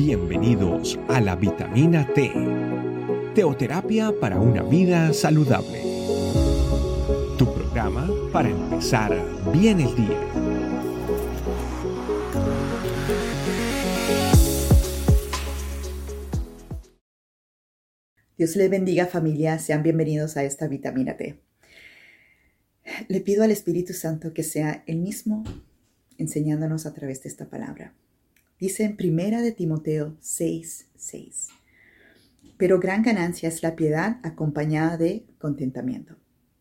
Bienvenidos a la Vitamina T, teoterapia para una vida saludable. Tu programa para empezar bien el día. Dios les bendiga, familia. Sean bienvenidos a esta Vitamina T. Le pido al Espíritu Santo que sea Él mismo enseñándonos a través de esta palabra. Dice en 1 de Timoteo 6:6. Pero gran ganancia es la piedad acompañada de contentamiento.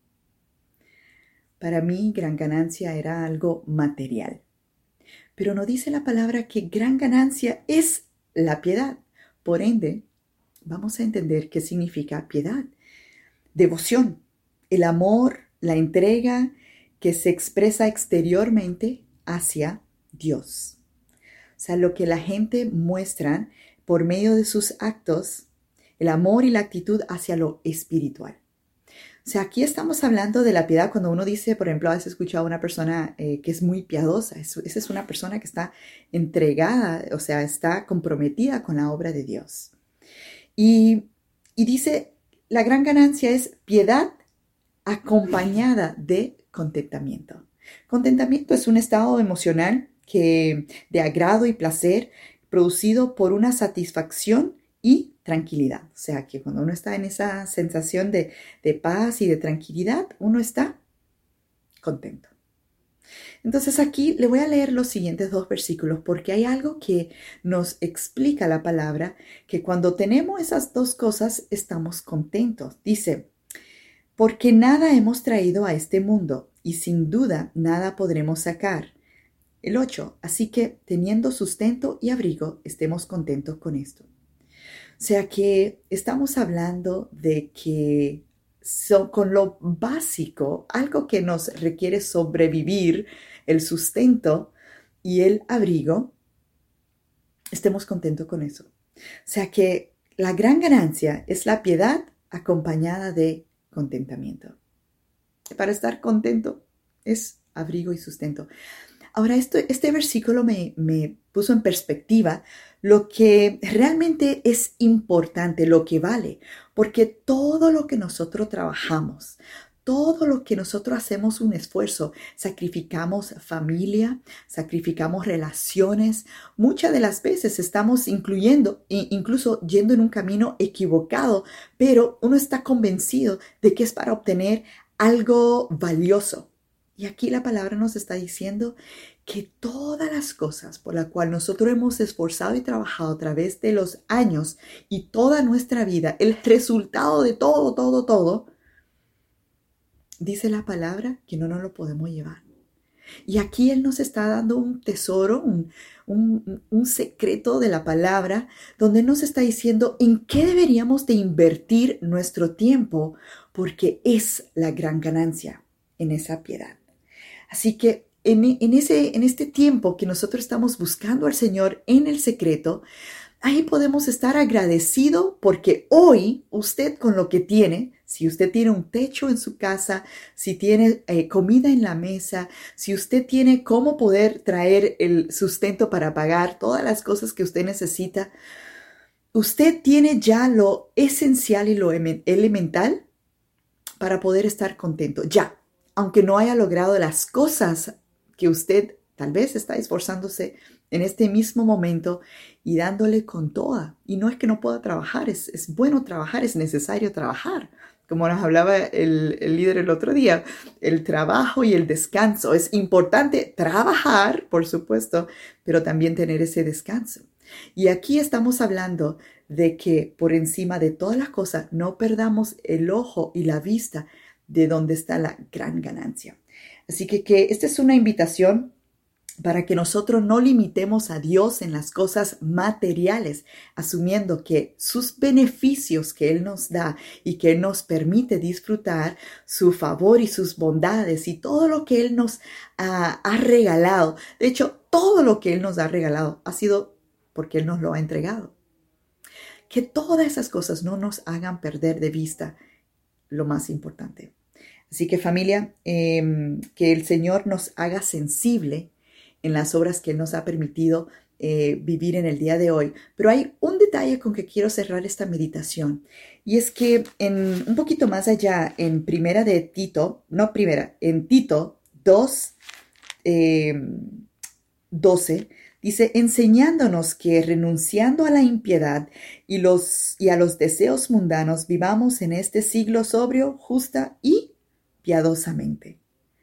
Para mí, gran ganancia era algo material. Pero no dice la palabra que gran ganancia es la piedad. Por ende, vamos a entender qué significa piedad. Devoción, el amor, la entrega que se expresa exteriormente hacia Dios. O sea, lo que la gente muestra por medio de sus actos, el amor y la actitud hacia lo espiritual. O sea, aquí estamos hablando de la piedad cuando uno dice, por ejemplo, a veces he escuchado a una persona que es muy piadosa. Esa es una persona que está entregada, o sea, está comprometida con la obra de Dios. Y dice, la gran ganancia es piedad acompañada de contentamiento. Contentamiento es un estado emocional de agrado y placer producido por una satisfacción y tranquilidad. O sea, que cuando uno está en esa sensación de paz y de tranquilidad, uno está contento. Entonces aquí le voy a leer los siguientes 2 versículos porque hay algo que nos explica la palabra, que cuando tenemos esas 2 cosas estamos contentos. Dice, porque nada hemos traído a este mundo y sin duda nada podremos sacar. El 8, así que teniendo sustento y abrigo, estemos contentos con esto. O sea que estamos hablando de que con lo básico, algo que nos requiere sobrevivir, el sustento y el abrigo, estemos contentos con eso. O sea que la gran ganancia es la piedad acompañada de contentamiento. Para estar contento es abrigo y sustento. Ahora, este versículo me puso en perspectiva lo que realmente es importante, lo que vale, porque todo lo que nosotros trabajamos, todo lo que nosotros hacemos un esfuerzo, sacrificamos familia, sacrificamos relaciones, muchas de las veces estamos incluso yendo en un camino equivocado, pero uno está convencido de que es para obtener algo valioso. Y aquí la palabra nos está diciendo que todas las cosas por las cuales nosotros hemos esforzado y trabajado a través de los años y toda nuestra vida, el resultado de todo, dice la palabra que no nos lo podemos llevar. Y aquí Él nos está dando un tesoro, un secreto de la palabra, donde nos está diciendo en qué deberíamos de invertir nuestro tiempo, porque es la gran ganancia en esa piedad. Así que en este tiempo que nosotros estamos buscando al Señor en el secreto, ahí podemos estar agradecidos porque hoy usted con lo que tiene, si usted tiene un techo en su casa, si tiene comida en la mesa, si usted tiene cómo poder traer el sustento para pagar todas las cosas que usted necesita, usted tiene ya lo esencial y lo elemental para poder estar contento. Ya. Aunque no haya logrado las cosas que usted tal vez está esforzándose en este mismo momento y dándole con toda. Y no es que no pueda trabajar, es bueno trabajar, es necesario trabajar. Como nos hablaba el líder el otro día, el trabajo y el descanso. Es importante trabajar, por supuesto, pero también tener ese descanso. Y aquí estamos hablando de que por encima de todas las cosas no perdamos el ojo y la vista de dónde está la gran ganancia. Así que esta es una invitación para que nosotros no limitemos a Dios en las cosas materiales, asumiendo que sus beneficios que Él nos da y que Él nos permite disfrutar, su favor y sus bondades y todo lo que Él nos ha regalado. De hecho, todo lo que Él nos ha regalado ha sido porque Él nos lo ha entregado. Que todas esas cosas no nos hagan perder de vista lo más importante. Así que familia, que el Señor nos haga sensible en las obras que Él nos ha permitido vivir en el día de hoy. Pero hay un detalle con que quiero cerrar esta meditación. Y es que un poquito más allá, en Tito 2, 12, dice, enseñándonos que renunciando a la impiedad y a los deseos mundanos, vivamos en este siglo sobrio, justa y piadosamente.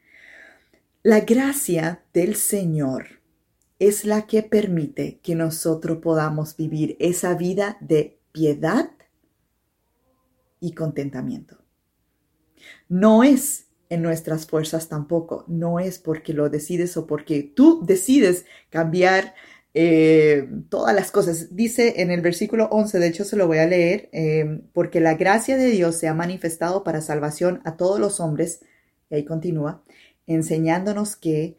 La gracia del Señor es la que permite que nosotros podamos vivir esa vida de piedad y contentamiento. No es en nuestras fuerzas tampoco, no es porque lo decides o porque tú decides cambiar todas las cosas. Dice en el versículo 11, de hecho se lo voy a leer, porque la gracia de Dios se ha manifestado para salvación a todos los hombres, y ahí continúa, enseñándonos que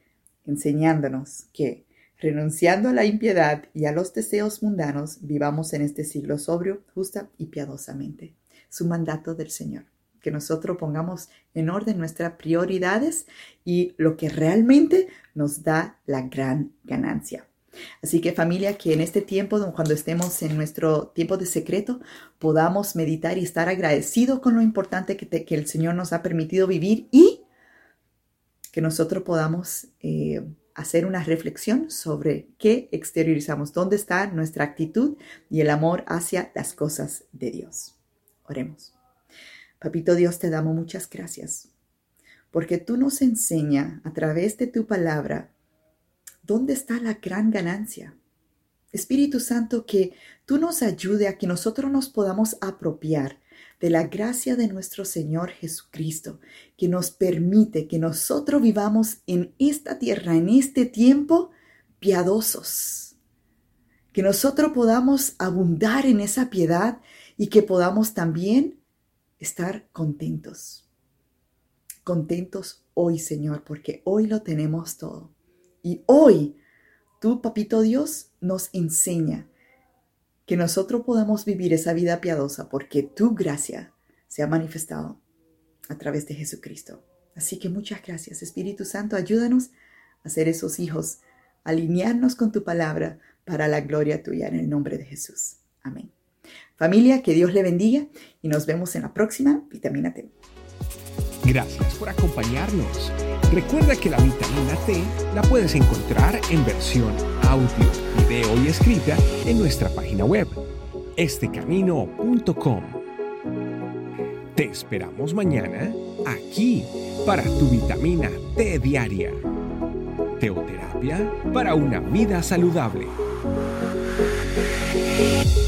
renunciando a la impiedad y a los deseos mundanos, vivamos en este siglo sobrio, justa y piadosamente. Es un mandato del Señor, que nosotros pongamos en orden nuestras prioridades y lo que realmente nos da la gran ganancia. Así que familia, que en este tiempo, cuando estemos en nuestro tiempo de secreto, podamos meditar y estar agradecidos con lo importante que el Señor nos ha permitido vivir y que nosotros podamos hacer una reflexión sobre qué exteriorizamos, dónde está nuestra actitud y el amor hacia las cosas de Dios. Oremos. Papito Dios, te damos muchas gracias porque tú nos enseñas a través de tu palabra dónde está la gran ganancia. Espíritu Santo, que tú nos ayude a que nosotros nos podamos apropiar de la gracia de nuestro Señor Jesucristo, que nos permite que nosotros vivamos en esta tierra, en este tiempo, piadosos. Que nosotros podamos abundar en esa piedad y que podamos también estar contentos. Contentos hoy, Señor, porque hoy lo tenemos todo. Y hoy, tú, Papito Dios, nos enseña que nosotros podamos vivir esa vida piadosa porque tu gracia se ha manifestado a través de Jesucristo. Así que muchas gracias, Espíritu Santo. Ayúdanos a ser esos hijos, alinearnos con tu palabra para la gloria tuya en el nombre de Jesús. Amén. Familia, que Dios le bendiga y nos vemos en la próxima Vitamina T. Gracias por acompañarnos. Recuerda que la vitamina T la puedes encontrar en versión audio, video y escrita en nuestra página web, estecamino.com. Te esperamos mañana aquí para tu vitamina T diaria. Teoterapia para una vida saludable.